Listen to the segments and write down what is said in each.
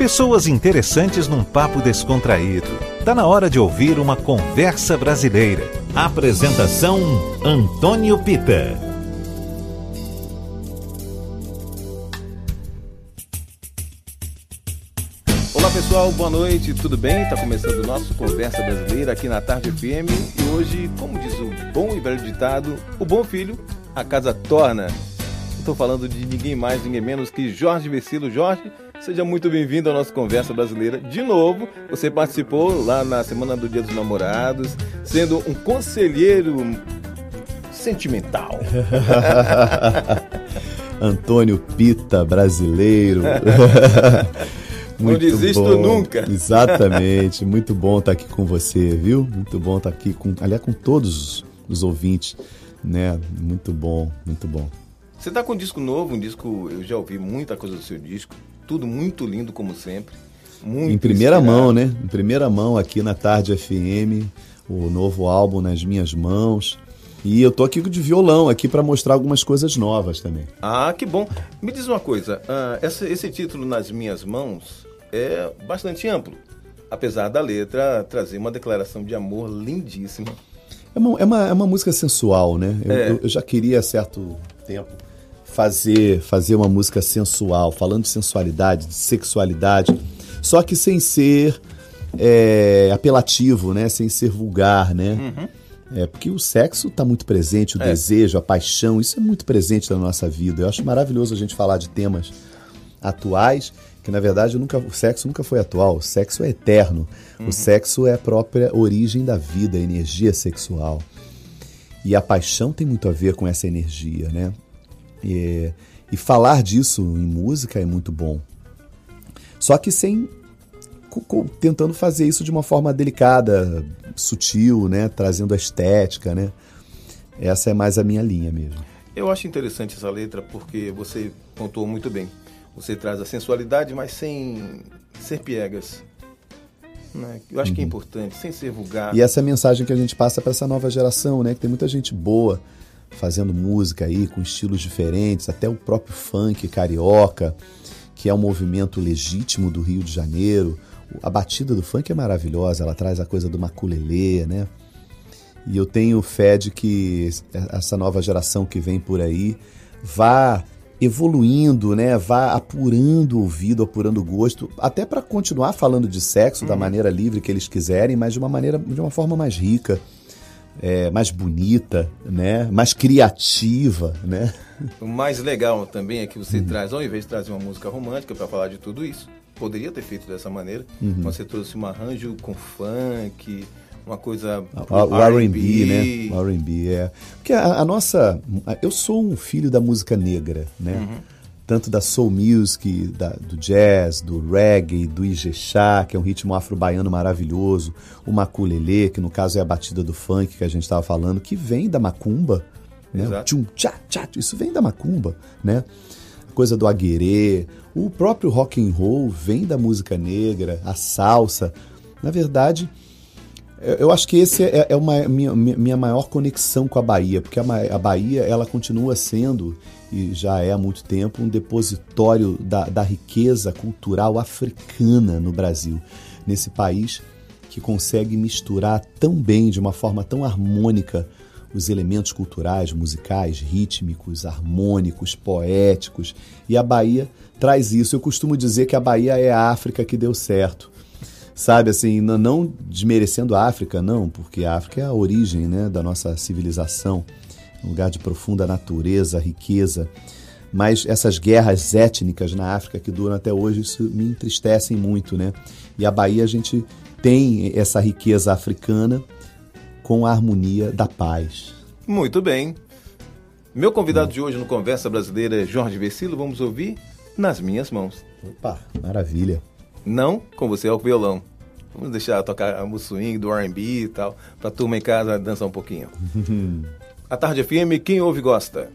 Pessoas interessantes num papo descontraído. Tá na hora de ouvir uma conversa brasileira. Apresentação: Antônio Pita. Olá pessoal, boa noite, tudo bem? Está começando o nosso Conversa Brasileira aqui na Tarde FM. E hoje, como diz o bom e velho ditado, o bom filho, a casa torna. Estou falando de ninguém mais, ninguém menos que Jorge Versilo. Jorge, seja muito bem-vindo ao nosso Conversa Brasileira. De novo, você participou lá na Semana do Dia dos Namorados, sendo um conselheiro sentimental. Antônio Pita, brasileiro. Não desisto nunca. Exatamente, muito bom estar aqui com você, viu? Muito bom estar aqui com todos os ouvintes, né? Muito bom, muito bom. Você está com um disco novo, eu já ouvi muita coisa do seu disco, tudo muito lindo como sempre. Muito em primeira inspirado. mão, né? Em primeira mão aqui na Tarde FM, o novo álbum nas minhas mãos. E eu tô aqui de violão aqui para mostrar algumas coisas novas também. Ah, que bom. Me diz uma coisa, esse título Nas Minhas Mãos é bastante amplo, apesar da letra trazer uma declaração de amor lindíssima. É uma música sensual, né? Eu já queria há certo tempo fazer uma música sensual, falando de sensualidade, de sexualidade, só que sem ser apelativo, né? Sem ser vulgar, né? Uhum. Porque o sexo está muito presente, o desejo, a paixão, isso é muito presente na nossa vida. Eu acho maravilhoso a gente falar de temas atuais, que na verdade o sexo nunca foi atual, o sexo é eterno. Uhum. O sexo é a própria origem da vida, a energia sexual. E a paixão tem muito a ver com essa energia, né? E falar disso em música é muito bom. Só que tentando fazer isso de uma forma delicada, sutil, né? Trazendo a estética, né? Essa é mais a minha linha mesmo. Eu acho interessante essa letra porque você pontuou muito bem. Você traz a sensualidade, mas sem ser piegas. Né? Eu acho que é importante, sem ser vulgar. E essa é a mensagem que a gente passa para essa nova geração, né? Que tem muita gente boa fazendo música aí, com estilos diferentes, até o próprio funk carioca, que é um movimento legítimo do Rio de Janeiro. A batida do funk é maravilhosa, ela traz a coisa do maculelê, né? E eu tenho fé de que essa nova geração que vem por aí vá evoluindo, né? Vá apurando o ouvido, apurando o gosto, até para continuar falando de sexo da maneira livre que eles quiserem, mas de uma forma mais rica, mais bonita, né? Mais criativa, né? O mais legal também é que você traz, ao invés de trazer uma música romântica para falar de tudo isso, poderia ter feito dessa maneira, mas você trouxe um arranjo com funk, uma coisa o R&B, né? O R&B, Porque eu sou um filho da música negra, né? Uhum. Tanto da soul music, do jazz, do reggae, do ijexá, que é um ritmo afro-baiano maravilhoso, o maculelê, que no caso é a batida do funk que a gente estava falando, que vem da macumba, né? Tchum, tchá, tchá, isso vem da macumba, né? A coisa do aguerê, o próprio rock and roll vem da música negra, a salsa. Na verdade, eu acho que esse é minha maior conexão com a Bahia, porque a Bahia ela continua sendo, e já é há muito tempo, um depositório da riqueza cultural africana no Brasil. Nesse país que consegue misturar tão bem, de uma forma tão harmônica, os elementos culturais, musicais, rítmicos, harmônicos, poéticos. E a Bahia traz isso. Eu costumo dizer que a Bahia é a África que deu certo. Sabe, assim, não desmerecendo a África, não, porque a África é a origem, né, da nossa civilização, um lugar de profunda natureza, riqueza, mas essas guerras étnicas na África que duram até hoje, isso me entristecem muito, né? E a Bahia a gente tem essa riqueza africana com a harmonia da paz. Muito bem. Meu convidado de hoje no Conversa Brasileira é Jorge Versilo, vamos ouvir Nas Minhas Mãos. Opa, maravilha. Não com você ao violão. Vamos deixar tocar a swing do R&B e tal, pra turma em casa dançar um pouquinho. A Tarde FM, quem ouve gosta.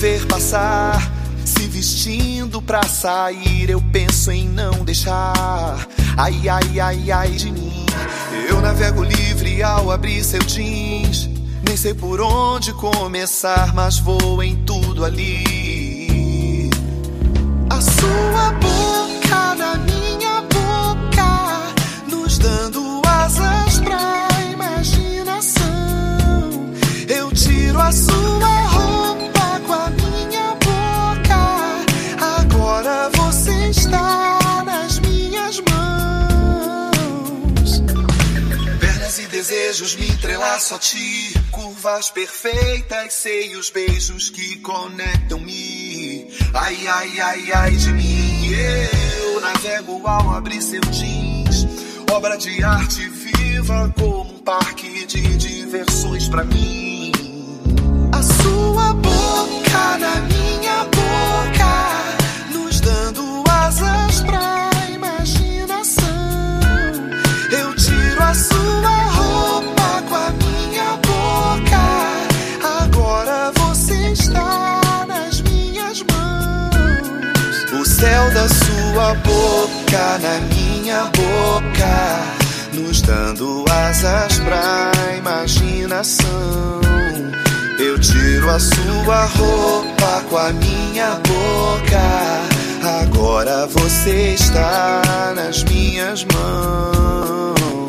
ver passar, se vestindo pra sair, eu penso em não deixar. Ai, ai, ai, ai de mim. Eu navego livre ao abrir seu jeans. Nem sei por onde começar, mas vou em tudo ali. A sua boca na minha boca, nos dando asas pra imaginação. Eu tiro a sua roupa com a minha boca. Agora você está nas minhas mãos. Pernas e desejos me entrelaço a ti. Curvas perfeitas, seios, beijos que conectam-me. Ai, ai, ai, ai de mim. Eu navego ao abrir seu jeans. Obra de arte viva como um parque de diversões pra mim. A sua boca na minha boca, nos dando asas pra imaginação. Eu tiro a sua roupa com a minha boca. Agora você está nas minhas mãos. O céu da sua boca na minha boca, nos dando asas pra imaginação. Eu tiro a sua roupa com a minha boca. Agora você está nas minhas mãos.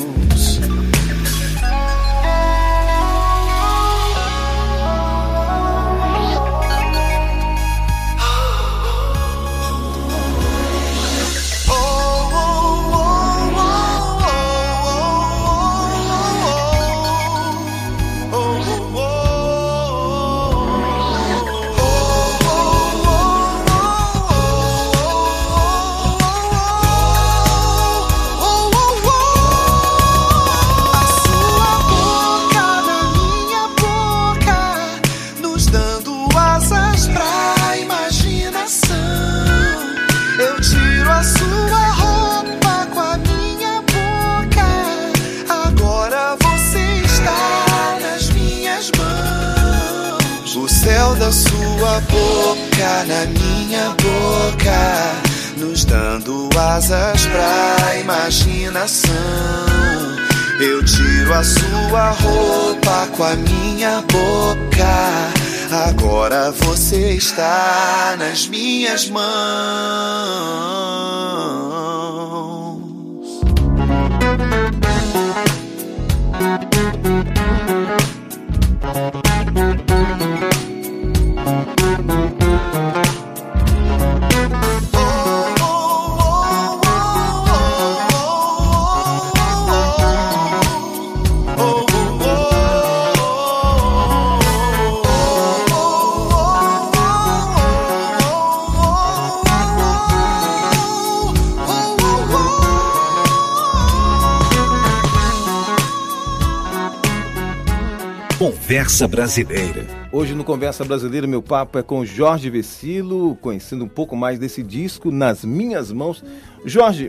Da sua boca na minha boca, nos dando asas pra imaginação. Eu tiro a sua roupa com a minha boca. Agora você está nas minhas mãos. Conversa Brasileira. Hoje no Conversa Brasileira, meu papo é com Jorge Vecilo, conhecendo um pouco mais desse disco, Nas Minhas Mãos. Jorge,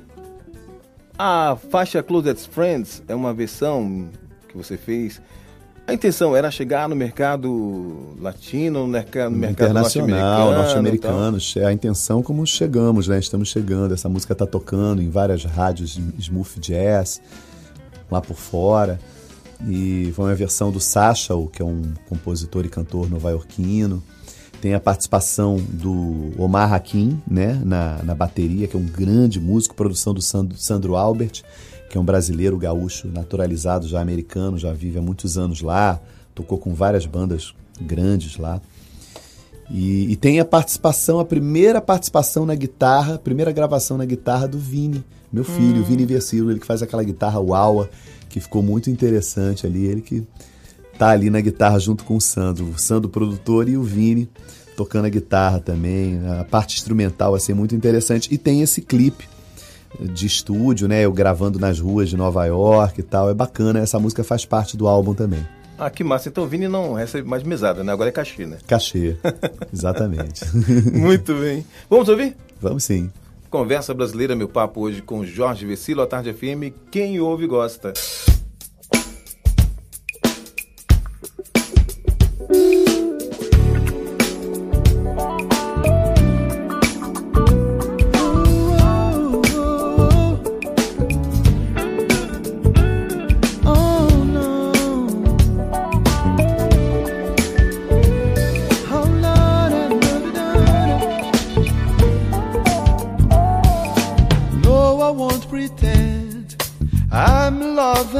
a faixa Closest Friends é uma versão que você fez. A intenção era chegar no mercado latino, no mercado internacional, norte-americano. A intenção como chegamos, né? Estamos chegando. Essa música está tocando em várias rádios de smooth jazz, lá por fora. E foi uma versão do Sacha, que é um compositor e cantor nova-iorquino. Tem a participação do Omar Hakim, né, na bateria, que é um grande músico, produção do Sandro Albert, que é um brasileiro gaúcho naturalizado, já americano, já vive há muitos anos lá, tocou com várias bandas grandes lá. E tem a primeira participação na guitarra, primeira gravação na guitarra do Vini, meu filho, Vini Vecilo, ele que faz aquela guitarra uaua, que ficou muito interessante ali, ele que tá ali na guitarra junto com o Sandro produtor e o Vini tocando a guitarra também, a parte instrumental assim, muito interessante. E tem esse clipe de estúdio, né, eu gravando nas ruas de Nova York e tal, é bacana, essa música faz parte do álbum também. Ah, que massa, então o Vini não recebe mais mesada, né, agora é cachê, né? Cachê, exatamente. Muito bem, vamos ouvir? Vamos sim. Conversa Brasileira, meu papo hoje com Jorge Vecilo, à Tarde FM, quem ouve gosta.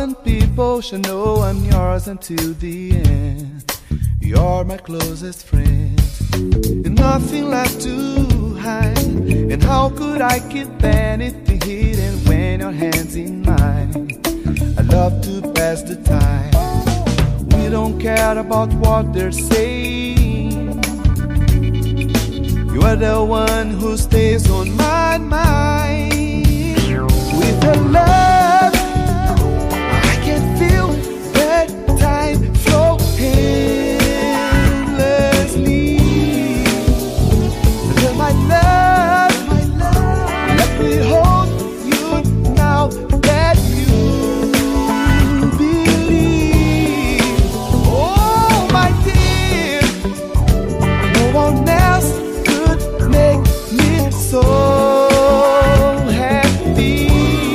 one people should know I'm yours until the end. You're my closest friend, and nothing left to hide. And how could I keep anything hidden when your hand's in mine? I love to pass the time. We don't care about what they're saying. You are the one who stays on my mind. With your love, I can feel that time flow endlessly. With my love, let me hold you now that you believe. Oh, my dear, no one else could make me so happy.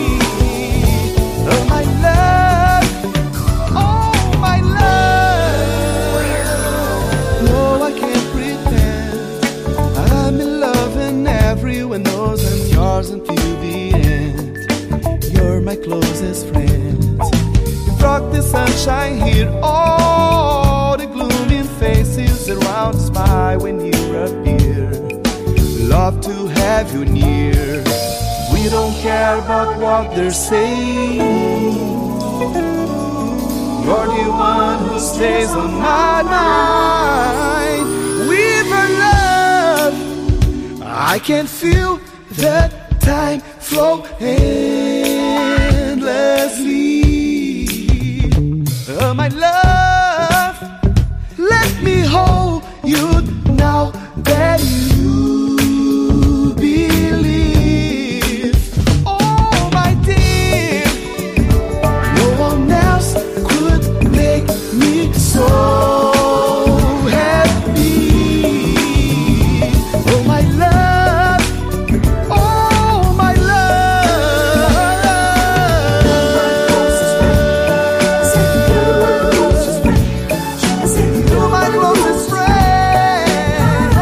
Oh, my love, oh, my love. No, I can't pretend I'm in love and everyone knows I'm yours until the end. You're my closest friend. You brought the sunshine here, all the gloomy faces around us by when you appear. Love to have you near. We don't care about what they're saying. You're the one who stays on my mind. With your love, I can feel the time flow endlessly. Oh, my love, let me hold you now that you believe. Oh, my dear, no one else could make me so happy. Oh, my love, oh, my love. You're my closest friend.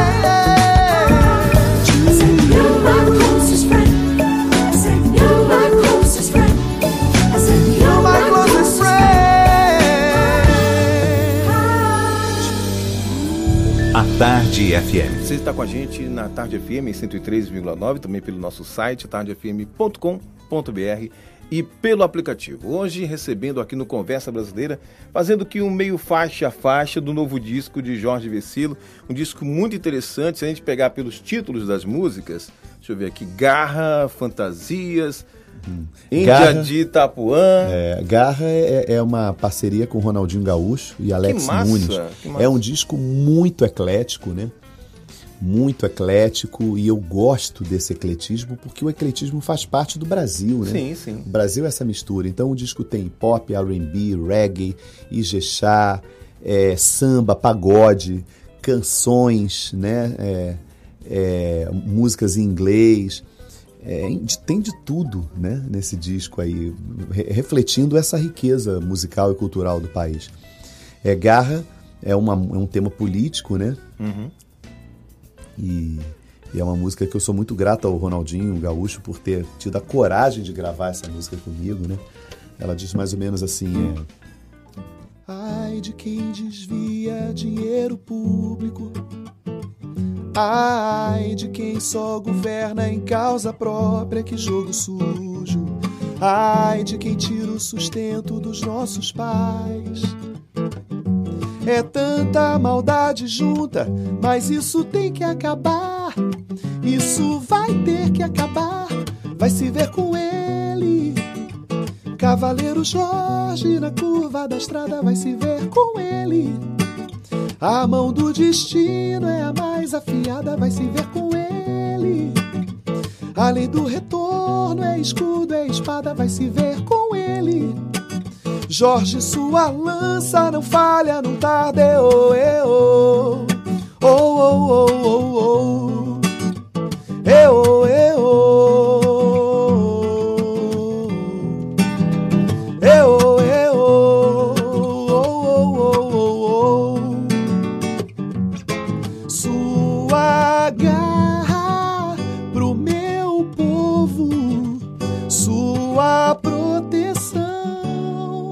You're my closest friend. I said you're my closest friend. I said You're my closest friend. A Tarde FM. Você está com a gente na Tarde FM 103,9, também pelo nosso site tardefm.com.br e pelo aplicativo. Hoje recebendo aqui no Conversa Brasileira, fazendo aqui um meio faixa a faixa do novo disco de Jorge Vecilo, um disco muito interessante. Se a gente pegar pelos títulos das músicas, deixa eu ver aqui, Garra, Fantasias, Índia Garra. de Itapuã. Garra é uma parceria com Ronaldinho Gaúcho e Alex massa, Nunes. que massa. É um disco muito eclético, né? Muito eclético, e eu gosto desse ecletismo porque o ecletismo faz parte do Brasil, né? Sim, sim. O Brasil é essa mistura. Então o disco tem pop, R&B, reggae, ijexá, samba, pagode, canções, né? Músicas em inglês. Tem de tudo, né, nesse disco aí, refletindo essa riqueza musical e cultural do país. Garra é um tema político, né? Uhum. E é uma música que eu sou muito grato ao Ronaldinho Gaúcho por ter tido a coragem de gravar essa música comigo, né? Ela diz mais ou menos assim, ai de quem desvia dinheiro público, ai de quem só governa em causa própria, que jogo sujo, ai de quem tira o sustento dos nossos pais. É tanta maldade junta, mas isso tem que acabar. Isso vai ter que acabar, vai se ver com ele. Cavaleiro Jorge na curva da estrada, vai se ver com ele. A mão do destino é a mais afiada, vai se ver com ele. A lei do retorno é escudo, é espada, vai se ver com ele. Jorge, sua lança não falha, não tarda, oh, oh, oh, oh, oh, oh, oh, oh, sua garra pro meu povo, sua proteção.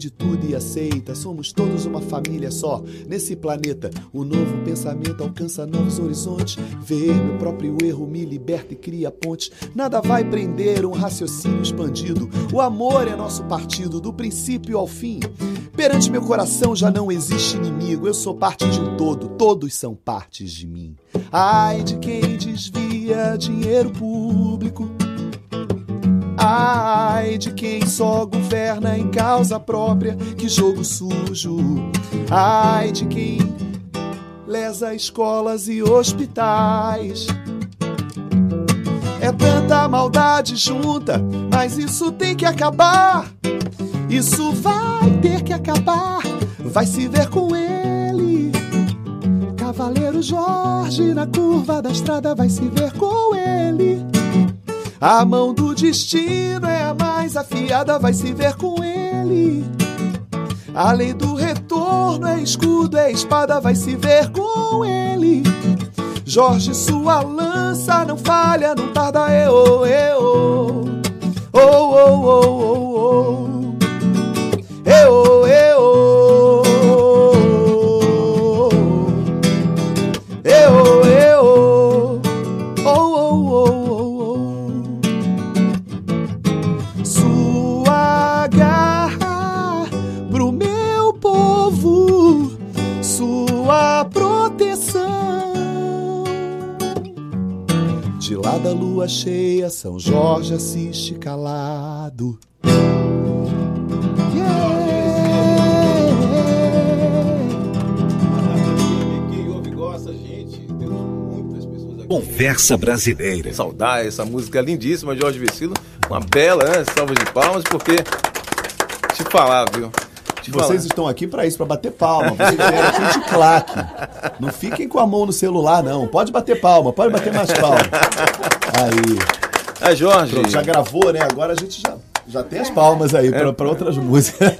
entende tudo e aceita. Somos todos uma família só nesse planeta. O novo pensamento alcança novos horizontes. Ver meu próprio erro me liberta e cria pontes. Nada vai prender um raciocínio expandido. O amor é nosso partido, do princípio ao fim. Perante meu coração já não existe inimigo. Eu sou parte de um todo, todos são partes de mim. Ai de quem desvia dinheiro público. Ai de quem só governa em causa própria, que jogo sujo. Ai de quem lesa escolas e hospitais. É tanta maldade junta, mas isso tem que acabar. Isso vai ter que acabar, vai se ver com ele. Cavaleiro Jorge na curva da estrada vai se ver com ele. A mão do destino é a mais afiada, vai se ver com ele. A lei do retorno é escudo, é espada, vai se ver com ele. Jorge, sua lança não falha, não tarda, eu, eu. Oh, oh, oh, oh, oh. Eu, eu. Eu, eu. Oh, oh, oh, oh, oh. Sua garra pro meu povo, sua proteção. De lá da lua cheia, São Jorge assiste calado. Quem ouve gosta, gente. Temos muitas pessoas aqui. Conversa Brasileira. Saudar essa música lindíssima, Jorge Vecilo. Uma bela, né? Salva de palmas, porque te falar, viu? Vocês estão aqui para isso, para bater palma. Vocês vieram aqui de claque. Não fiquem com a mão no celular, não. Pode bater palma, pode bater mais palma. Aí. Jorge. Pronto, já gravou, né? Agora a gente já tem as palmas aí para outras músicas.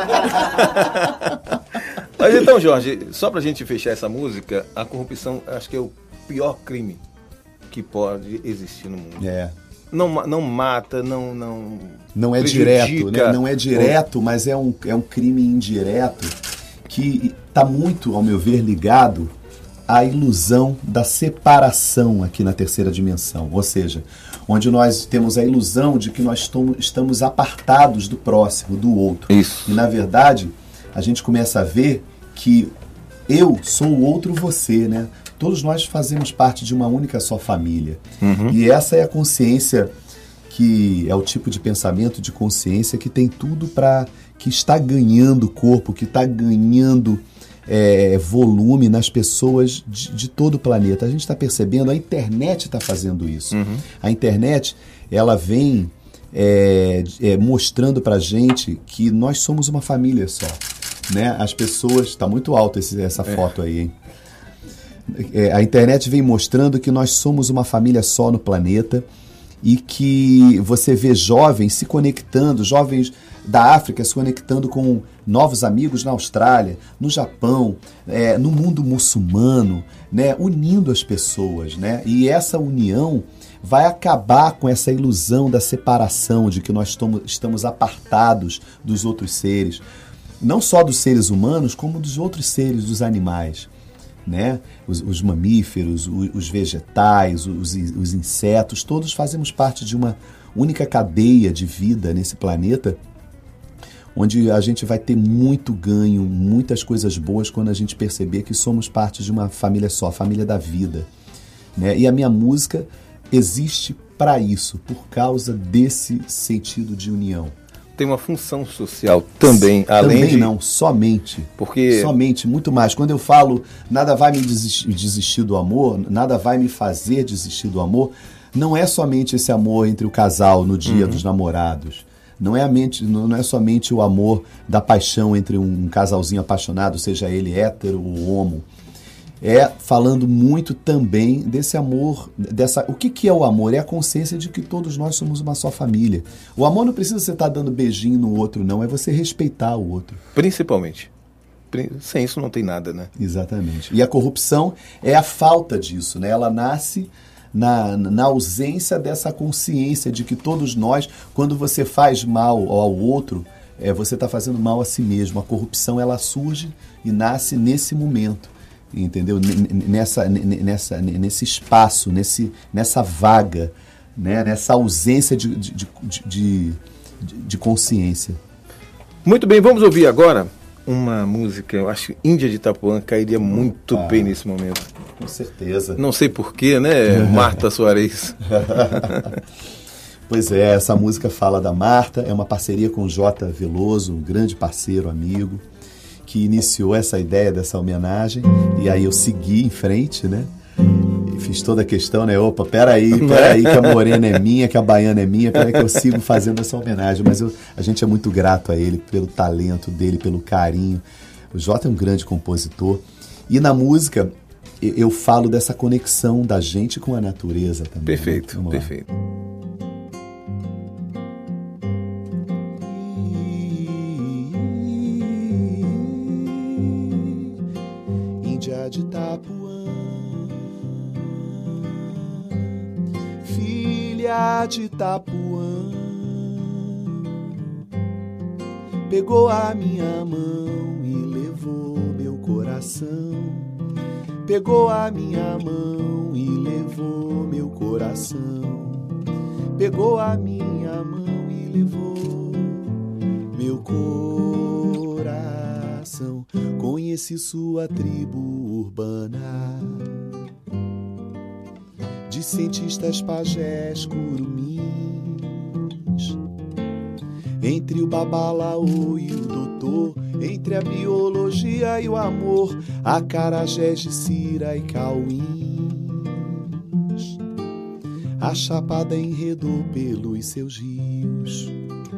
Mas então, Jorge, só pra gente fechar essa música, a corrupção acho que é o pior crime que pode existir no mundo. É. Não mata, não é direto, né? Não é direto, mas é um crime indireto que está muito, ao meu ver, ligado à ilusão da separação aqui na terceira dimensão. Ou seja, onde nós temos a ilusão de que nós estamos apartados do próximo, do outro. Isso. E, na verdade, a gente começa a ver que eu sou o outro você, né? Todos nós fazemos parte de uma única só família. Uhum. E essa é a consciência, que é o tipo de pensamento de consciência que tem tudo para... que está ganhando corpo, que está ganhando volume nas pessoas de todo o planeta. A gente está percebendo, a internet está fazendo isso. Uhum. A internet, ela vem mostrando para a gente que nós somos uma família só. Né? As pessoas... Está muito alto essa foto aí, hein? A internet vem mostrando que nós somos uma família só no planeta e que você vê jovens se conectando, jovens da África se conectando com novos amigos na Austrália, no Japão, no mundo muçulmano, né? Unindo as pessoas, né? E essa união vai acabar com essa ilusão da separação, de que nós estamos apartados dos outros seres, não só dos seres humanos, como dos outros seres, dos animais. Né? Os mamíferos, os vegetais, os insetos, todos fazemos parte de uma única cadeia de vida nesse planeta, onde a gente vai ter muito ganho, muitas coisas boas quando a gente perceber que somos parte de uma família só, a família da vida. Né? E a minha música existe para isso, por causa desse sentido de união. Tem uma função social também, além também de... não, somente. Porque... Somente, muito mais. Quando eu falo nada vai me desistir do amor, nada vai me fazer desistir do amor, não é somente esse amor entre o casal no dia dos namorados. Não é somente o amor da paixão entre um casalzinho apaixonado, seja ele hétero ou homo. É falando muito também desse amor, o que é o amor? É a consciência de que todos nós somos uma só família. O amor não precisa você estar dando beijinho no outro, não, é você respeitar o outro. Principalmente. Sem isso não tem nada, né? Exatamente. E a corrupção é a falta disso, né? Ela nasce na ausência dessa consciência de que todos nós, quando você faz mal ao outro, você está fazendo mal a si mesmo. A corrupção, ela surge e nasce nesse momento, entendeu? Nesse espaço, nessa vaga, né? Nessa ausência de consciência. Muito bem, vamos ouvir agora uma música, eu acho que Índia de Itapuã cairia muito bem nesse momento. Com certeza. Não sei porquê, né, Marta Soares? Pois é, essa música fala da Marta, é uma parceria com o J. Veloso, um grande parceiro, amigo, que iniciou essa ideia dessa homenagem, e aí eu segui em frente, né? E fiz toda a questão, né? Opa, peraí, que a morena é minha, que a baiana é minha, peraí que eu sigo fazendo essa homenagem. Mas a gente é muito grato a ele pelo talento dele, pelo carinho. O Jota é um grande compositor. E na música, eu falo dessa conexão da gente com a natureza também. Perfeito, né? perfeito. Índia de Itapuã, filha de Itapuã, pegou a minha mão e levou meu coração. Pegou a minha mão e levou meu coração. Pegou a minha mão e levou meu coração. Conheci sua tribo urbana de cientistas, pajés, curumins. Entre o babalaô e o doutor, entre a biologia e o amor, acarajés de Cira e cauins. A chapada enredou pelos seus rios.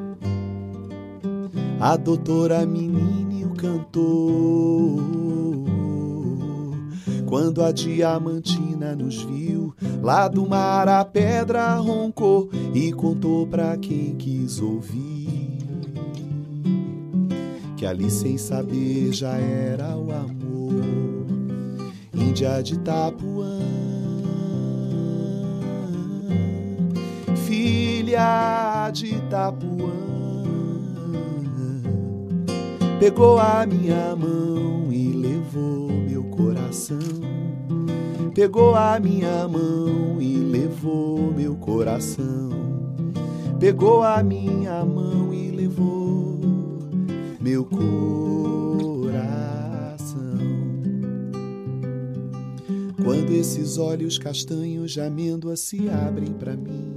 A doutora Menine o cantou. Quando a Diamantina nos viu, lá do mar a pedra roncou e contou pra quem quis ouvir, que ali sem saber já era o amor. Índia de Itapuã, filha de Itapuã, pegou a minha mão e levou meu coração. Pegou a minha mão e levou meu coração. Pegou a minha mão e levou meu coração. Quando esses olhos castanhos de amêndoa se abrem pra mim,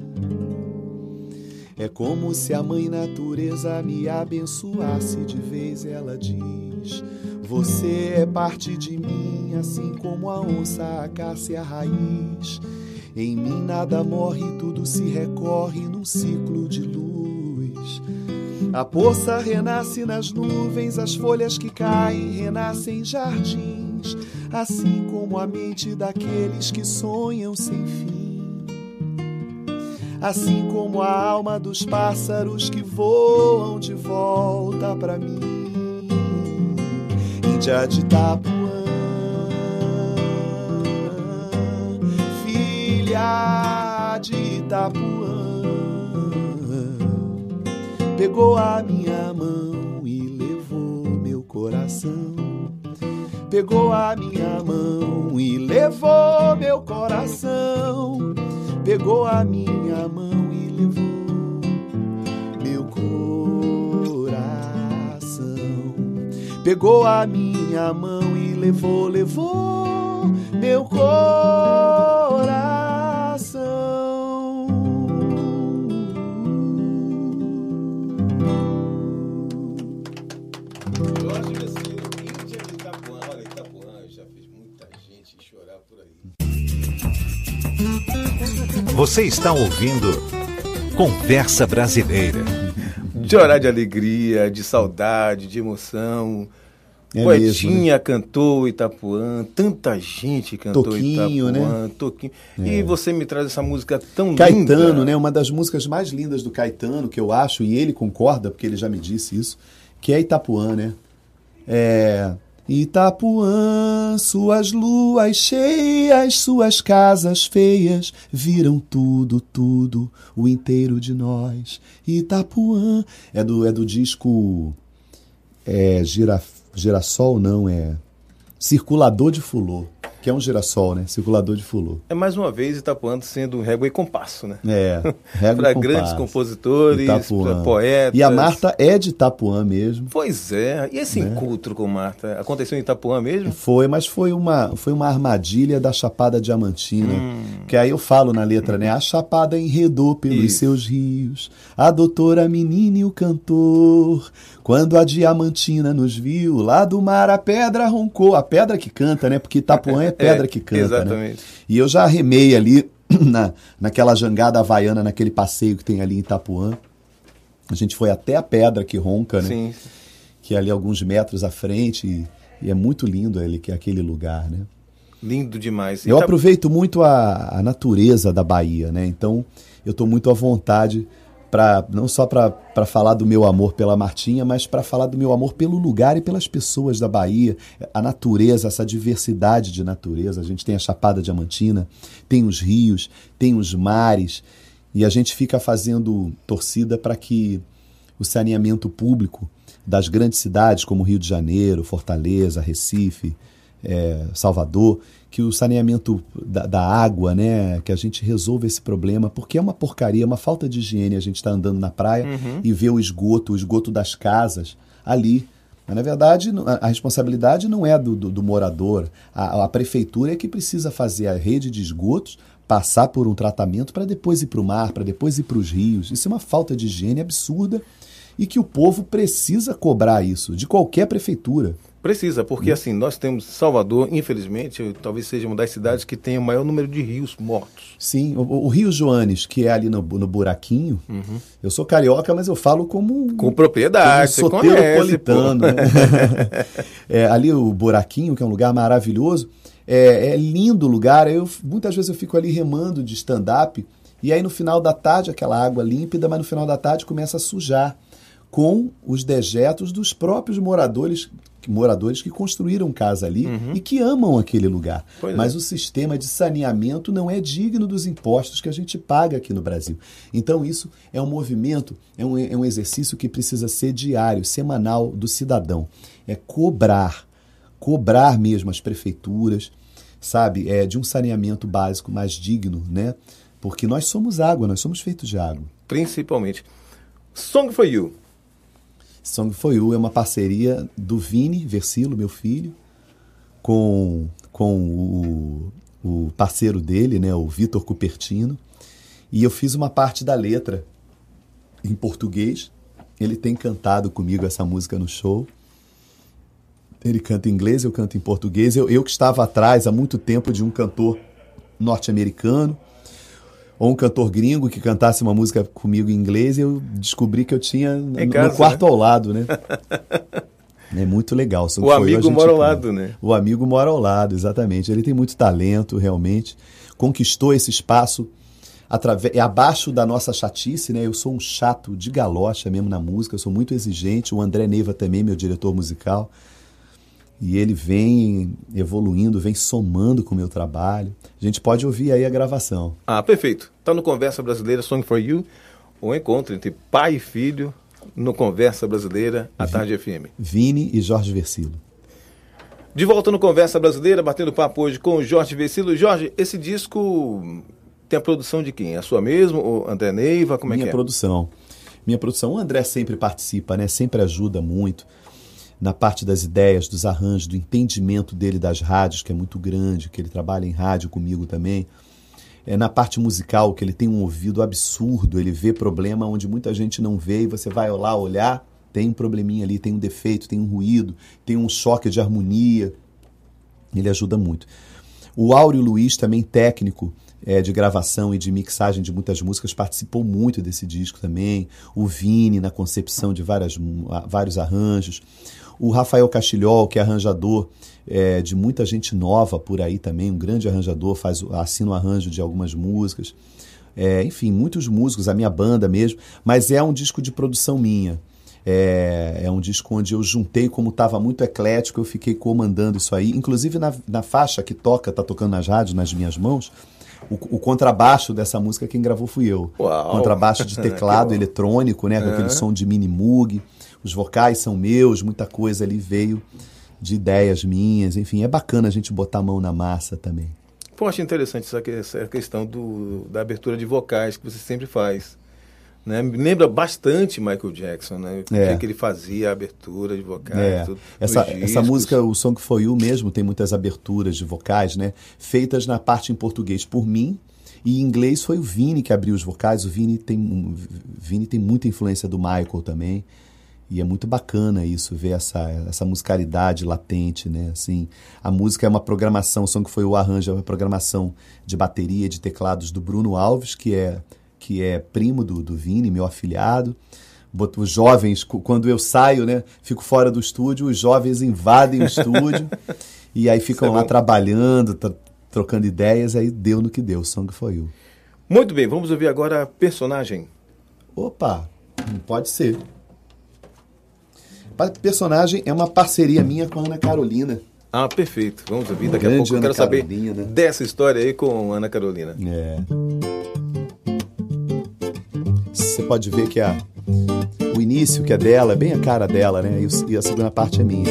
é como se a mãe natureza me abençoasse de vez. Ela diz: você é parte de mim, assim como a onça, a caça e a raiz. Em mim nada morre, tudo se recorre num ciclo de luz. A poça renasce nas nuvens, as folhas que caem renascem em jardins, assim como a mente daqueles que sonham sem fim. Assim como a alma dos pássaros que voam de volta pra mim. Índia de Itapuã, filha de Itapuã, pegou a minha mão e levou meu coração. Pegou a minha mão e levou meu coração. Pegou a minha mão e levou meu coração. Pegou a minha mão e levou meu coração. Jorge Vecino, Índia de Itapuã. Olha, Itapuã já fez muita gente chorar por aí. Você está ouvindo Conversa Brasileira. Chorar de alegria, de saudade, de emoção. É Poetinha mesmo, né? cantou Itapuã, tanta gente cantou Toquinho, Itapuã, né? Toquinho. E você me traz essa música tão Caetano, linda. né? Uma das músicas mais lindas do Caetano, que eu acho, e ele concorda, porque ele já me disse isso, que é Itapuã, né? Itapuã, suas luas cheias, suas casas feias, viram tudo, tudo, o inteiro de nós. Itapuã, é do disco Girassol, não, é Circulador de Fulô, que é um girassol, né? Circulador de Fulô. É mais uma vez Itapuã sendo régua e compasso, né? Régua para e compasso. Grandes compositores, para poetas. E a Marta é de Itapuã mesmo. Pois é. E esse encontro com Marta aconteceu em Itapuã mesmo? Foi, mas foi uma armadilha da Chapada Diamantina. Que aí eu falo na letra, né? A Chapada enredou pelos seus rios, a doutora menina e o cantor. Quando a Diamantina nos viu, lá do mar a pedra roncou. A pedra que canta, né? Porque Itapuã é pedra que canta, exatamente. né? E eu já remei ali naquela jangada havaiana, naquele passeio que tem ali em Itapuã. A gente foi até a pedra que ronca, né? Sim. Que é ali alguns metros à frente. E é muito lindo aquele lugar, né? Lindo demais. Eu aproveito muito a natureza da Bahia, né? Então, eu estou muito à vontade, não só para falar do meu amor pela Martinha, mas para falar do meu amor pelo lugar e pelas pessoas da Bahia. A natureza, essa diversidade de natureza. A gente tem a Chapada Diamantina, tem os rios, tem os mares, e a gente fica fazendo torcida para que o saneamento público das grandes cidades, como Rio de Janeiro, Fortaleza, Recife, Salvador, que o saneamento da água, né, que a gente resolva esse problema, porque é uma porcaria, uma falta de higiene. A gente está andando na praia e vê o esgoto das casas ali. Mas, na verdade, a responsabilidade não é do morador. A prefeitura é que precisa fazer a rede de esgotos, passar por um tratamento para depois ir para o mar, para depois ir para os rios. Isso é uma falta de higiene absurda e que o povo precisa cobrar isso de qualquer prefeitura. Precisa, porque assim, nós temos Salvador, infelizmente, talvez seja uma das cidades que tem o maior número de rios mortos. Sim, o Rio Joanes, que é ali no buraquinho, eu sou carioca, mas eu falo com propriedade, como soteropolitano. Né? Ali o buraquinho, que é um lugar maravilhoso, é lindo o lugar. Muitas vezes eu fico ali remando de stand-up, e aí no final da tarde, aquela água límpida, mas no final da tarde começa a sujar com os dejetos dos próprios moradores que construíram casa ali e que amam aquele lugar. Mas o sistema de saneamento não é digno dos impostos que a gente paga aqui no Brasil. Então isso é um movimento, é um exercício que precisa ser diário, semanal do cidadão. É cobrar mesmo as prefeituras, sabe, de um saneamento básico mais digno, né? Porque nós somos água, nós somos feitos de água. Principalmente. Song for You. Song for You é uma parceria do Vini Versilo, meu filho, com o parceiro dele, né, o Vitor Cupertino. E eu fiz uma parte da letra em português. Ele tem cantado comigo essa música no show. Ele canta em inglês, eu canto em português. Eu que estava atrás há muito tempo de um cantor norte-americano, ou um cantor gringo que cantasse uma música comigo em inglês, e eu descobri que eu tinha no quarto, né? Ao lado, né? É muito legal. O amigo mora ao lado, né? O amigo mora ao lado, exatamente. Ele tem muito talento, realmente. Conquistou esse espaço abaixo da nossa chatice, né? Eu sou um chato de galocha mesmo na música, eu sou muito exigente. O André Neiva também, meu diretor musical. E ele vem evoluindo, vem somando com o meu trabalho. A gente pode ouvir aí a gravação. Ah, perfeito. Está no Conversa Brasileira, Song for You, um encontro entre pai e filho no Conversa Brasileira, à Tarde FM. Vini e Jorge Versilo. De volta no Conversa Brasileira, batendo papo hoje com o Jorge Versilo. Jorge, esse disco tem a produção de quem? A sua mesmo? Ou André Neiva? Como é que é? Minha produção. O André sempre participa, né? Sempre ajuda muito na parte das ideias, dos arranjos, do entendimento dele das rádios, que é muito grande, que ele trabalha em rádio comigo também. Na parte musical, que ele tem um ouvido absurdo, ele vê problema onde muita gente não vê, e você vai lá olhar, tem um probleminha ali, tem um defeito, tem um ruído, tem um choque de harmonia. Ele ajuda muito. O Áureo Luiz, também técnico de gravação e de mixagem de muitas músicas, participou muito desse disco também. O Vini, na concepção de vários arranjos. O Rafael Castilhol, que é arranjador de muita gente nova por aí também, um grande arranjador, assina o arranjo de algumas músicas. Enfim, muitos músicos, a minha banda mesmo, mas é um disco de produção minha. É um disco onde eu juntei, como estava muito eclético, eu fiquei comandando isso aí. Inclusive na faixa que tá tocando nas rádios, nas minhas mãos, o contrabaixo dessa música quem gravou fui eu. Uau. Contrabaixo de teclado eletrônico, né, com aquele som de mini Moog. Os vocais são meus, muita coisa ali veio de ideias minhas. Enfim, é bacana a gente botar a mão na massa também. Pô, acho interessante essa questão da abertura de vocais que você sempre faz. Né? Me lembra bastante Michael Jackson, né? O que ele fazia, a abertura de vocais. Tudo, essa música, o Song For You mesmo, tem muitas aberturas de vocais, né? Feitas na parte em português por mim, e em inglês foi o Vini que abriu os vocais. O Vini tem muita influência do Michael também, e é muito bacana isso, ver essa musicalidade latente, né? Assim, a música é uma programação, o Song For You arranja uma programação de bateria, de teclados do Bruno Alves, que é primo do Vini, meu afilhado. Os jovens, quando eu saio, né, fico fora do estúdio, os jovens invadem o estúdio e aí ficam lá trabalhando, trocando ideias, aí deu no que deu, Song For You. Muito bem, vamos ouvir agora Personagem. Opa, pode ser. Personagem é uma parceria minha com a Ana Carolina. Ah, perfeito, vamos ouvir daqui a pouco. Eu quero saber dessa história aí com a Ana Carolina. Você pode ver que o início que é dela, é bem a cara dela, né? E a segunda parte é minha.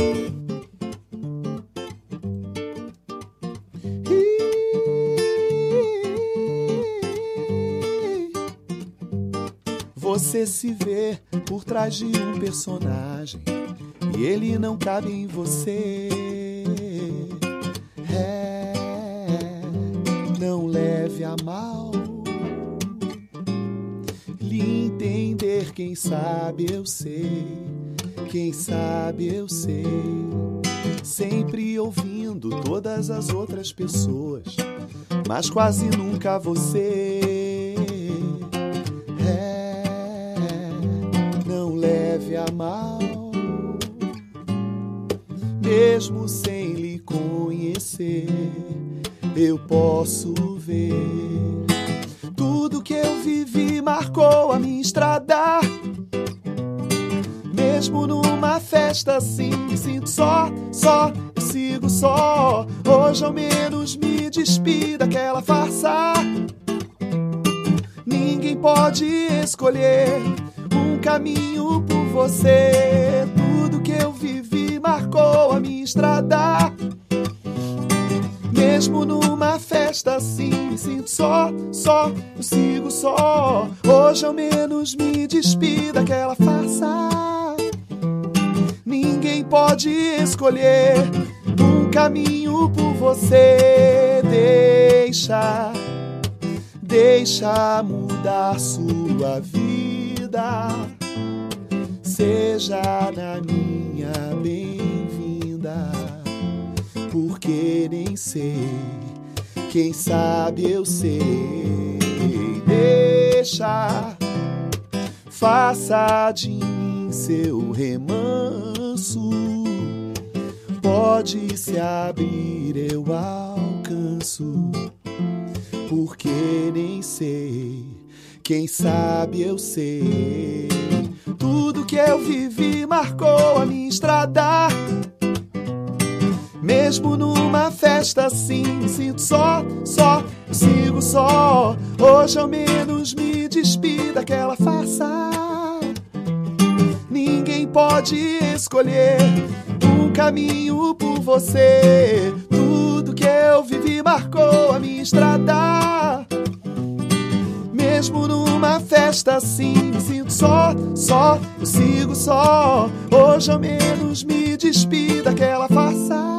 Você se vê por trás de um personagem e ele não cabe em você. Não leve a mal. Entender, quem sabe eu sei, sempre ouvindo todas as outras pessoas, mas quase nunca você. Não leve a mal, mesmo sem lhe conhecer, eu posso ver. Tudo que eu vivi marcou a minha estrada. Mesmo numa festa assim, me sinto só, eu sigo só. Hoje ao menos me despi daquela farsa. Ninguém pode escolher um caminho por você. Tudo que eu vivi marcou a minha estrada. Mesmo numa festa assim, me sinto só, eu sigo só. Hoje ao menos me despi daquela farsa. Ninguém pode escolher um caminho por você. Deixa mudar sua vida. Seja na minha bem-vinda. Porque nem sei, quem sabe eu sei. Faça de mim seu remanso. Pode se abrir, eu alcanço. Porque nem sei, quem sabe eu sei. Tudo que eu vivi marcou a minha estrada. Mesmo numa festa assim, me sinto só, eu sigo só. Hoje ao menos me despi daquela farsa. Ninguém pode escolher um caminho por você. Tudo que eu vivi marcou a minha estrada. Mesmo numa festa assim, me sinto só, eu sigo só. Hoje ao menos me despi daquela farsa.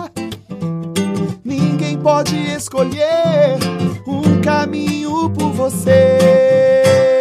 Ninguém pode escolher um caminho por você.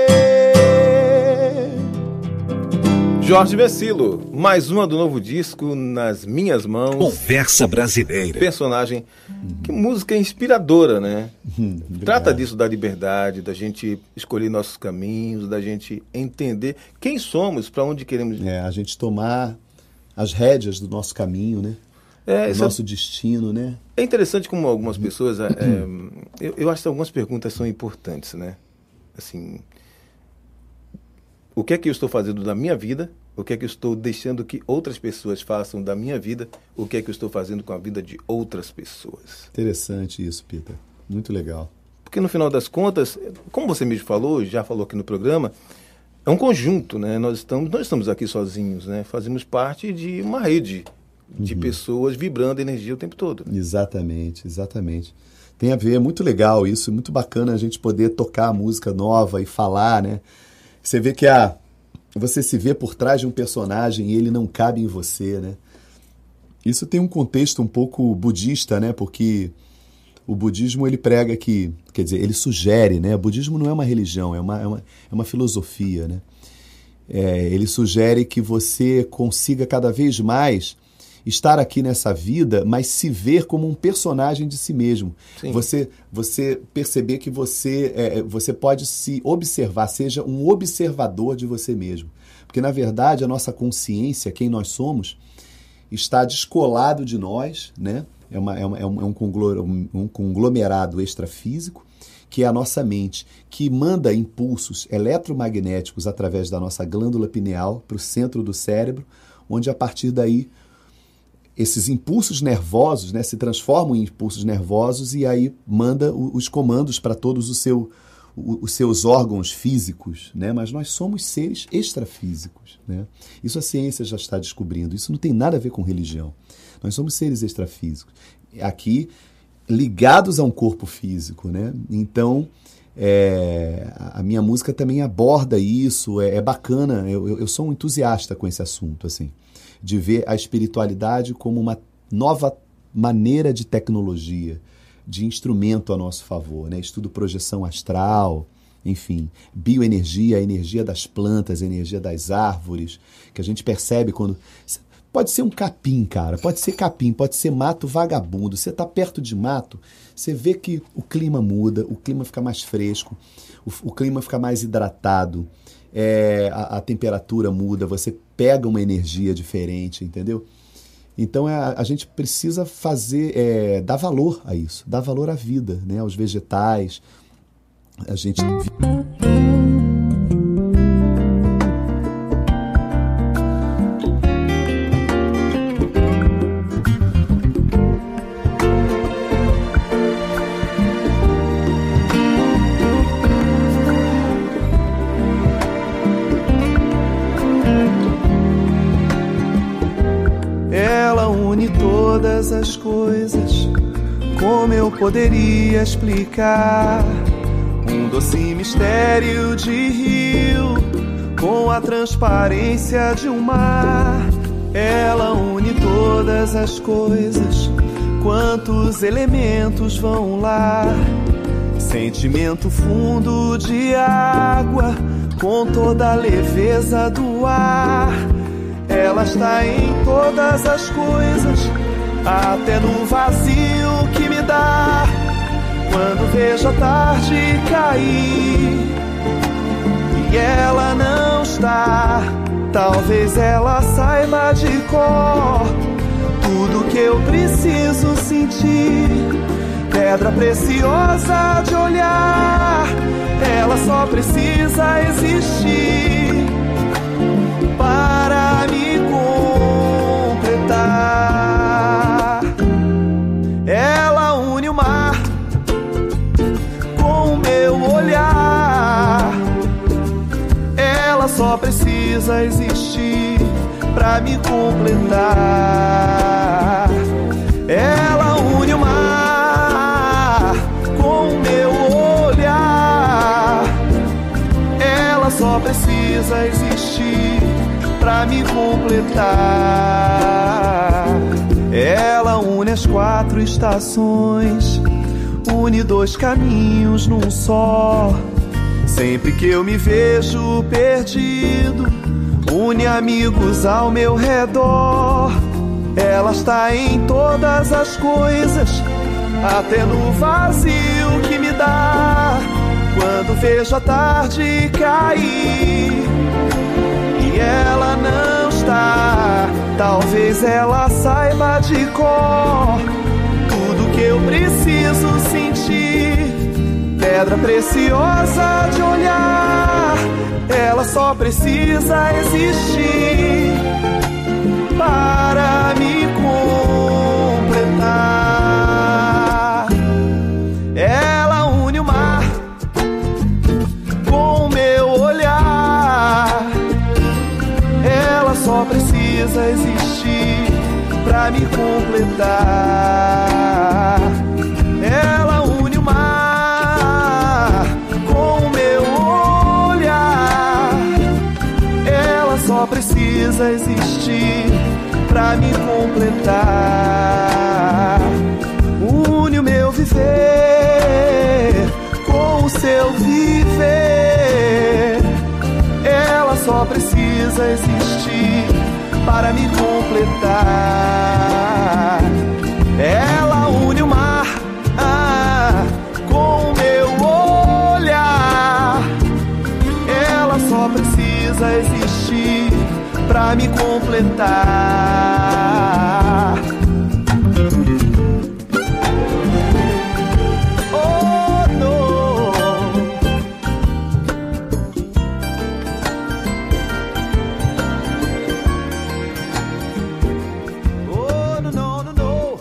Jorge Vecilo, mais uma do novo disco nas minhas mãos. Conversa Brasileira. Personagem. Que música inspiradora, né? Trata disso, da liberdade, da gente escolher nossos caminhos, da gente entender quem somos, para onde queremos ir. A gente tomar as rédeas do nosso caminho, né? O nosso destino, né? É interessante como algumas pessoas... eu acho que algumas perguntas são importantes, né? Assim, o que é que eu estou fazendo da minha vida O que é que eu estou deixando que outras pessoas façam da minha vida? O que é que eu estou fazendo com a vida de outras pessoas? Interessante isso, Peter. Muito legal. Porque no final das contas, como você mesmo falou, já falou aqui no programa, é um conjunto, né? Nós estamos aqui sozinhos, né? Fazemos parte de uma rede de pessoas vibrando energia o tempo todo. Exatamente, exatamente. Tem a ver, é muito legal isso, muito bacana a gente poder tocar música nova e falar, né? Você vê que você se vê por trás de um personagem e ele não cabe em você, né? Isso tem um contexto um pouco budista, né? Porque o budismo ele prega que, quer dizer, ele sugere, né? O budismo não é uma religião, é uma filosofia, né? Ele sugere que você consiga cada vez mais estar aqui nessa vida, mas se ver como um personagem de si mesmo. Sim. Você perceber que você pode se observar, seja um observador de você mesmo. Porque, na verdade, a nossa consciência, quem nós somos, está descolado de nós, né? É um conglomerado extrafísico, que é a nossa mente, que manda impulsos eletromagnéticos através da nossa glândula pineal para o centro do cérebro, onde, a partir daí, esses impulsos nervosos, né, se transformam em impulsos nervosos e aí manda os comandos para todos os seus órgãos físicos, né? Mas nós somos seres extrafísicos, né? Isso a ciência já está descobrindo. Isso não tem nada a ver com religião. Nós somos seres extrafísicos. Aqui, ligados a um corpo físico, né? Então, a minha música também aborda isso. É bacana. Eu sou um entusiasta com esse assunto, assim, de ver a espiritualidade como uma nova maneira de tecnologia, de instrumento a nosso favor, né? Estudo projeção astral, enfim, bioenergia, a energia das plantas, a energia das árvores, que a gente percebe quando... Pode ser um capim, cara, pode ser capim, pode ser mato vagabundo. Você está perto de mato, você vê que o clima muda, o clima fica mais fresco, o clima fica mais hidratado, a temperatura muda, você pega uma energia diferente, entendeu? Então a gente precisa dar valor a isso, dar valor à vida, né? Aos vegetais. A gente... Todas as coisas, como eu poderia explicar? Um doce mistério de rio, com a transparência de um mar. Ela une todas as coisas, quantos elementos vão lá? Sentimento fundo de água, com toda a leveza do ar. Ela está em todas as coisas, até no vazio que me dá quando vejo a tarde cair e ela não está. Talvez ela saiba de cor tudo que eu preciso sentir. Pedra preciosa de olhar, ela só precisa existir para me completar. Ela une o mar com o meu olhar. Ela só precisa existir pra me completar. Ela une o mar com o meu olhar. Ela só precisa existir pra me completar. Ela une as 4 estações, une 2 caminhos num só. Sempre que eu me vejo perdido, une amigos ao meu redor. Ela está em todas as coisas, até no vazio que me dá quando vejo a tarde cair e ela não está. Talvez ela saiba de cor tudo que eu preciso sentir. Pedra preciosa de olhar, ela só precisa existir para me completar. Ela une o mar com o meu olhar. Ela só precisa existir pra me completar. Ela une o mar com o meu olhar. Ela só precisa existir pra me completar. Une o meu viver com o seu viver. Ela só precisa existir para me completar. Ela une o mar com o meu olhar. Ela só precisa existir para me completar. Oh, no. Oh, no, no, no, no.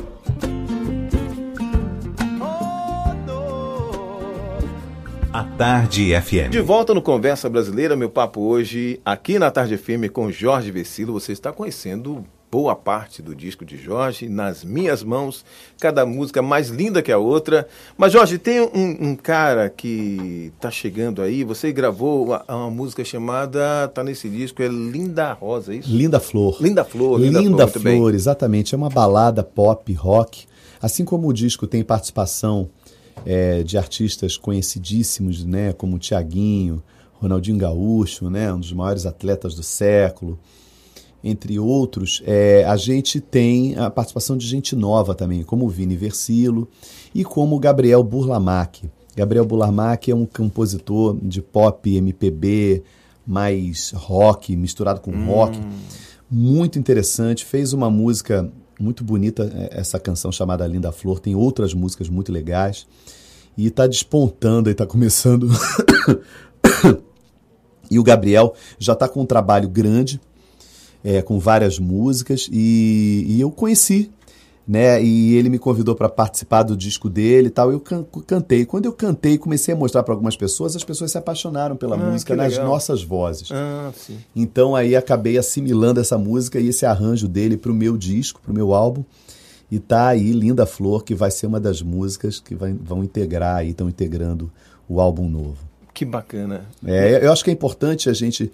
Oh, no. A Tarde FM. De volta no Conversa Brasileira, meu papo hoje aqui na Tarde FM com Jorge Vecilo. Você está conhecendo boa parte do disco de Jorge nas minhas mãos, cada música mais linda que a outra. Mas Jorge, tem um cara que está chegando aí, você gravou uma música chamada, tá nesse disco, é Linda Rosa, é isso? Linda Flor. Linda Flor, Linda muito bem. Flor, exatamente. É uma balada pop, rock. Assim como o disco tem participação de artistas conhecidíssimos, né, como o Thiaguinho, Ronaldinho Gaúcho, né, um dos maiores atletas do século, entre outros, a gente tem a participação de gente nova também, como o Vini Versilo e como o Gabriel Burlamac. Gabriel Burlamac é um compositor de pop, MPB, mais rock, misturado com rock, muito interessante, fez uma música muito bonita, essa canção chamada Linda Flor, tem outras músicas muito legais, e está despontando, está começando, e o Gabriel já está com um trabalho grande, com várias músicas, e eu conheci, né? E ele me convidou para participar do disco dele e tal. Eu cantei. Quando eu cantei, comecei a mostrar para algumas pessoas, as pessoas se apaixonaram pela música nas nossas vozes. Sim. Então aí acabei assimilando essa música e esse arranjo dele para o meu disco, para o meu álbum. E tá aí Linda Flor, que vai ser uma das músicas que vão integrar aí, estão integrando o álbum novo. Que bacana. Eu acho que é importante a gente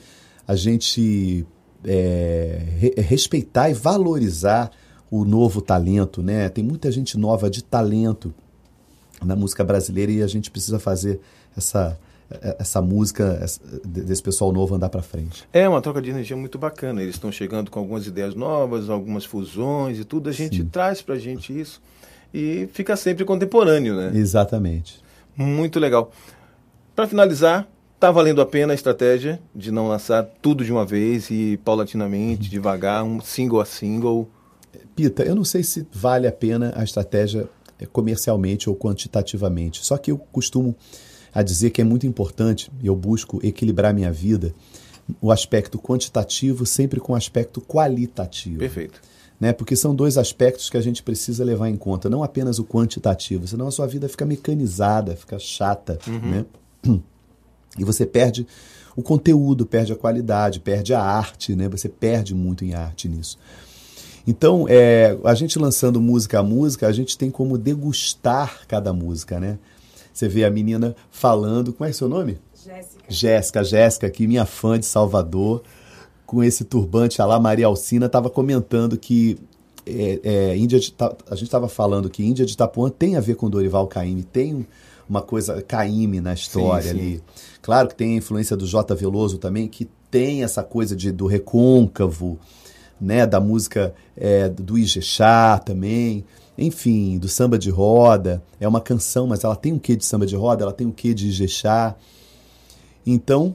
respeitar e valorizar o novo talento, né? Tem muita gente nova de talento na música brasileira e a gente precisa fazer essa música desse pessoal novo andar para frente. É uma troca de energia muito bacana. Eles estão chegando com algumas ideias novas, algumas fusões e tudo. A gente traz pra gente isso e fica sempre contemporâneo, né? Exatamente. Muito legal. Para finalizar, tá valendo a pena a estratégia de não lançar tudo de uma vez e paulatinamente, devagar, um single a single? Pita, eu não sei se vale a pena a estratégia comercialmente ou quantitativamente. Só que eu costumo a dizer que é muito importante, e eu busco equilibrar minha vida, o aspecto quantitativo sempre com o aspecto qualitativo. Perfeito. Né? Porque são dois aspectos que a gente precisa levar em conta, não apenas o quantitativo, senão a sua vida fica mecanizada, fica chata, né? E você perde o conteúdo, perde a qualidade, perde a arte, né? Você perde muito em arte nisso. Então, a gente lançando música a música, a gente tem como degustar cada música, né? Você vê a menina falando, como é seu nome? Jéssica aqui, minha fã de Salvador, com esse turbante a lá Maria Alcina, estava comentando que a gente estava falando que Índia de Itapuã tem a ver com Dorival Caymmi, tem uma coisa Caymmi na história ali. Claro que tem a influência do J. Veloso também, que tem essa coisa do recôncavo, né, da música do Ijexá também, enfim, do samba de roda. É uma canção, mas ela tem um quê de samba de roda, ela tem um quê de Ijexá. Então,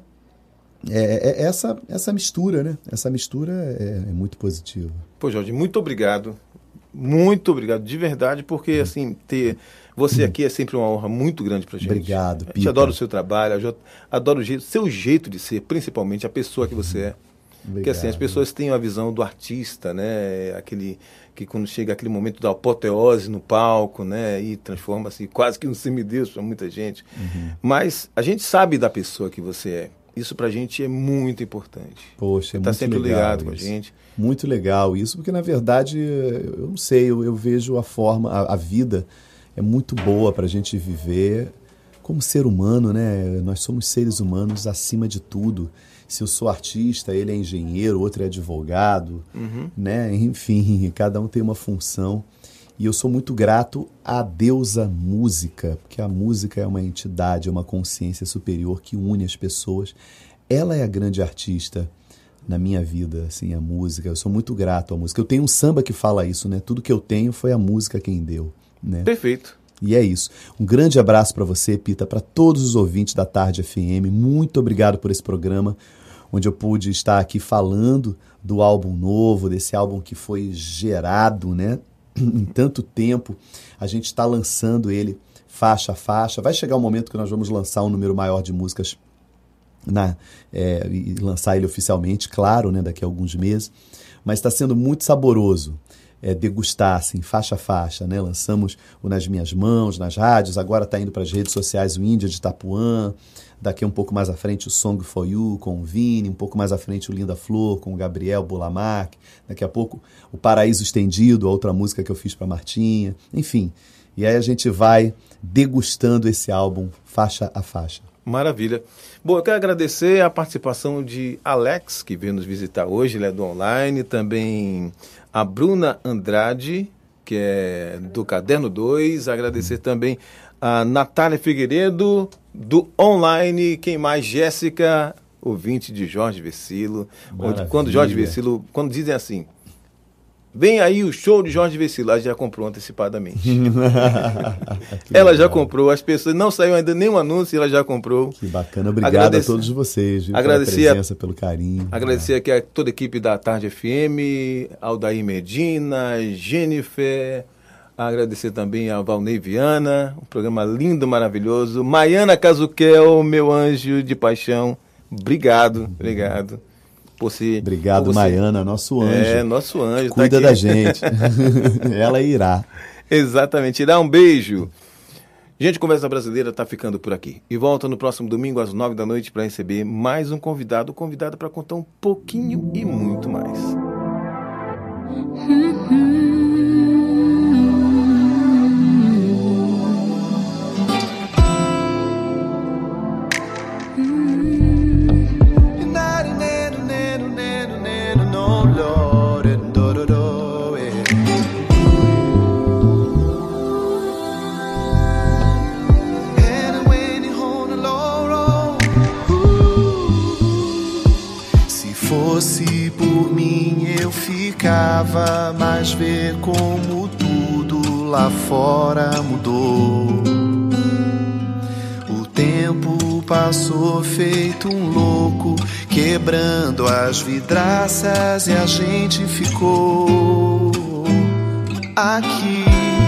essa mistura, né? Essa mistura é muito positiva. Pô, Jorge, muito obrigado. Muito obrigado, de verdade, porque assim, ter Você aqui é sempre uma honra muito grande pra gente. Obrigado, A gente Pita. adora o seu trabalho, adora o seu jeito de ser, principalmente a pessoa que você é. Porque assim, as pessoas têm a visão do artista, né? Aquele que quando chega aquele momento da apoteose no palco, né? E transforma-se quase que um semideus para muita gente. Mas a gente sabe da pessoa que você é. Isso pra gente é muito importante. Poxa, é tá muito sempre legal ligado com a isso. gente. Muito legal isso, porque na verdade, eu não sei, eu vejo a vida é muito boa pra gente viver como ser humano, né? Nós somos seres humanos acima de tudo. Se eu sou artista, ele é engenheiro, outro é advogado, né? Enfim, cada um tem uma função. E eu sou muito grato à deusa música, porque a música é uma entidade, é uma consciência superior que une as pessoas. Ela é a grande artista na minha vida, assim, a música. Eu sou muito grato à música. Eu tenho um samba que fala isso, né? Tudo que eu tenho foi a música quem deu, né? Perfeito. E é isso. Um grande abraço para você, Pita, para todos os ouvintes da Tarde FM. Muito obrigado por esse programa, onde eu pude estar aqui falando do álbum novo, desse álbum que foi gerado, né? Em tanto tempo. A gente está lançando ele faixa a faixa. Vai chegar um momento que nós vamos lançar um número maior de músicas e lançar ele oficialmente, claro, né? Daqui a alguns meses. Mas está sendo muito saboroso. Degustar, assim, faixa a faixa, né? Lançamos o Nas Minhas Mãos, nas rádios, agora está indo para as redes sociais o Índia de Itapuã, daqui um pouco mais à frente o Song for You com o Vini, um pouco mais à frente o Linda Flor com o Gabriel Bolamark, daqui a pouco o Paraíso Estendido, a outra música que eu fiz para Martinha, enfim. E aí a gente vai degustando esse álbum faixa a faixa. Maravilha. Bom, eu quero agradecer a participação de Alex, que veio nos visitar hoje, ele é do online, também a Bruna Andrade, que é do Caderno 2, agradecer também a Natália Figueiredo, do online, quem mais? Jéssica, ouvinte de Jorge Vecilo. Quando Jorge Vecilo, quando dizem assim, vem aí o show de Jorge Vecilo, ela já comprou antecipadamente. Ela já comprou, as pessoas, não saiu ainda nenhum anúncio, ela já comprou. Que bacana, obrigado a todos vocês, viu, pela presença, pelo carinho. Agradecer aqui a toda a equipe da Tarde FM, Aldair Medina, Jennifer, agradecer também a Valnei Viana, um programa lindo, maravilhoso. Maiana Cazuquel, meu anjo de paixão, obrigado. Obrigado, Maiana, nosso anjo. Nosso anjo. Cuida tá da gente. Ela irá. Exatamente. Irá, um beijo. Gente, Conversa Brasileira está ficando por aqui. E volta no próximo domingo às 9 da noite para receber mais um convidado para contar um pouquinho e muito mais. Se por mim eu ficava, mas ver como tudo lá fora mudou. O tempo passou feito um louco, quebrando as vidraças, e a gente ficou aqui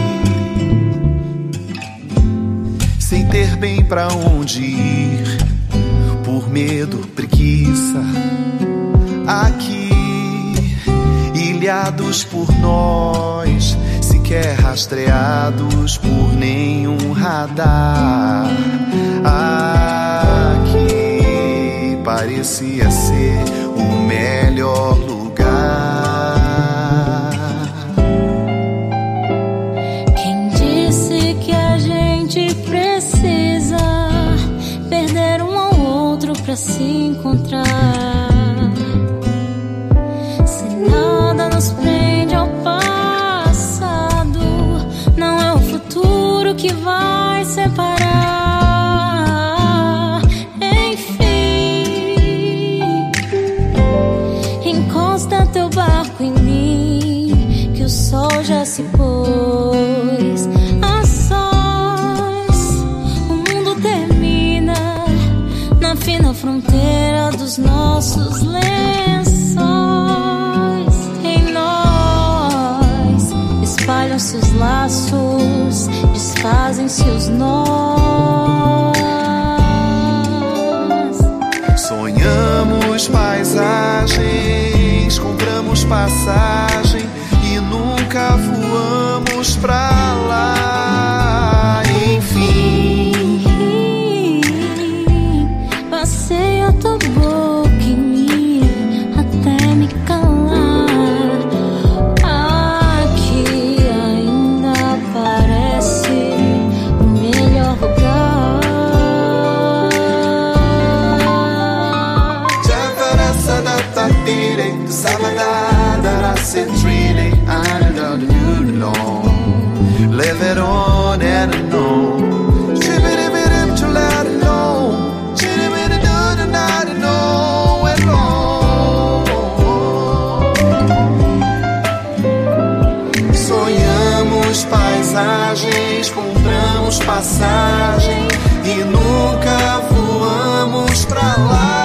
sem ter bem pra onde ir, por medo, preguiça. Aqui, ilhados por nós, sequer rastreados por nenhum radar. Aqui parecia ser o melhor lugar. Quem disse que a gente precisa perder um ao outro pra se encontrar? Nos prende ao passado, não é o futuro que vai separar. Enfim, encosta teu barco em mim, que o sol já se pôs a sós. O mundo termina na fina fronteira dos nossos lençóis. Espalham seus laços, desfazem seus nós. Sonhamos paisagens, compramos passagem e nunca voamos pra lá. Enfim, passei a tua boca em mim até me calar. Aqui ainda parece o melhor lugar. Live it on and on. Sonhamos paisagens, compramos passagem e nunca voamos pra lá.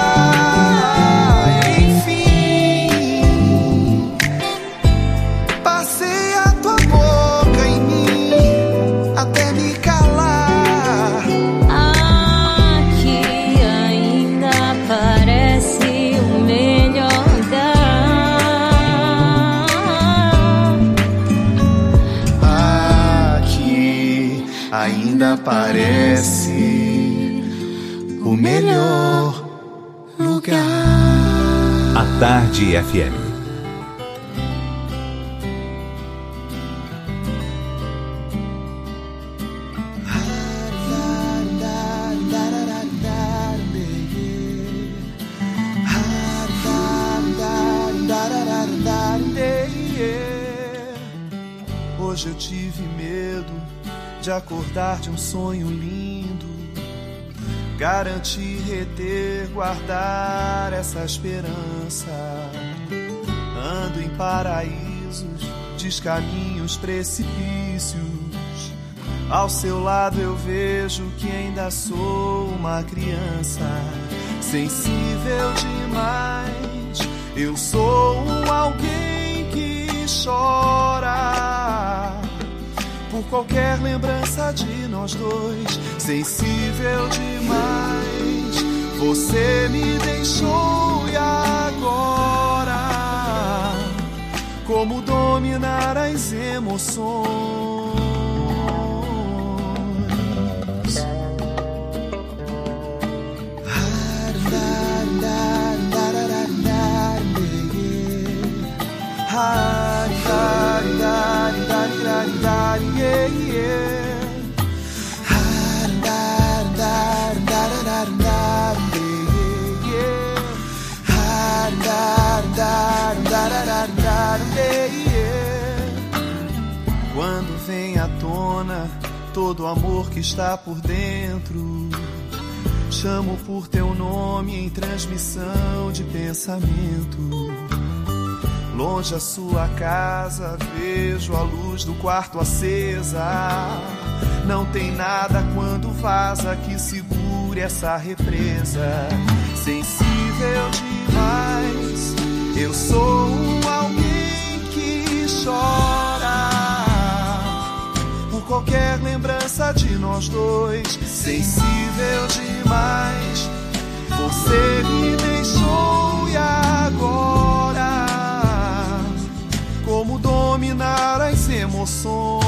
Ainda parece o melhor lugar. A Tarde FM. Hoje eu tive medo de acordar de um sonho lindo, garantir, reter, guardar essa esperança. Ando em paraísos, descaminhos, precipícios. Ao seu lado eu vejo que ainda sou uma criança, sensível demais. Eu sou um alguém que chora por qualquer lembrança de nós dois, sensível demais. Você me deixou e agora, como dominar as emoções? Quando vem à tona todo o amor que está por dentro, chamo por teu nome em transmissão de pensamento. Longe a sua casa, vejo a luz do quarto acesa. Não tem nada quando vaza que segure essa represa. Sensível demais, eu sou alguém que chora por qualquer lembrança de nós dois. Sensível demais, você me deixou e agora, como dominar as emoções?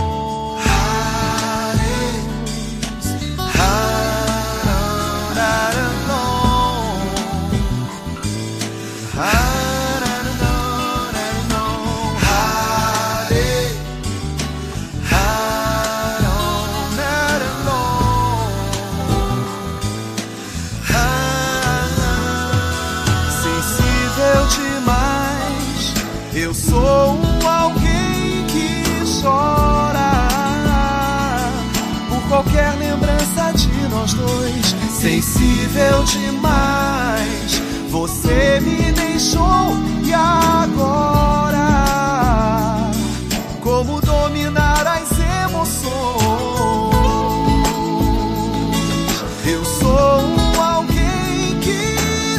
Sensível demais, eu sou alguém que chora por qualquer lembrança de nós dois. Sensível demais, você me deixou e agora, como dominar as emoções? Eu sou alguém que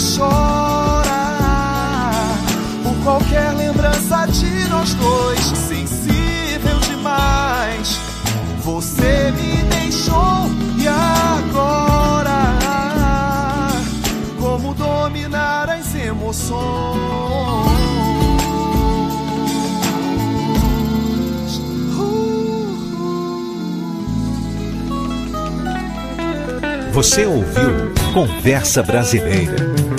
chora por qualquer lembrança de nós dois. Sensível demais, você me deixou sons. Você ouviu Conversa Brasileira.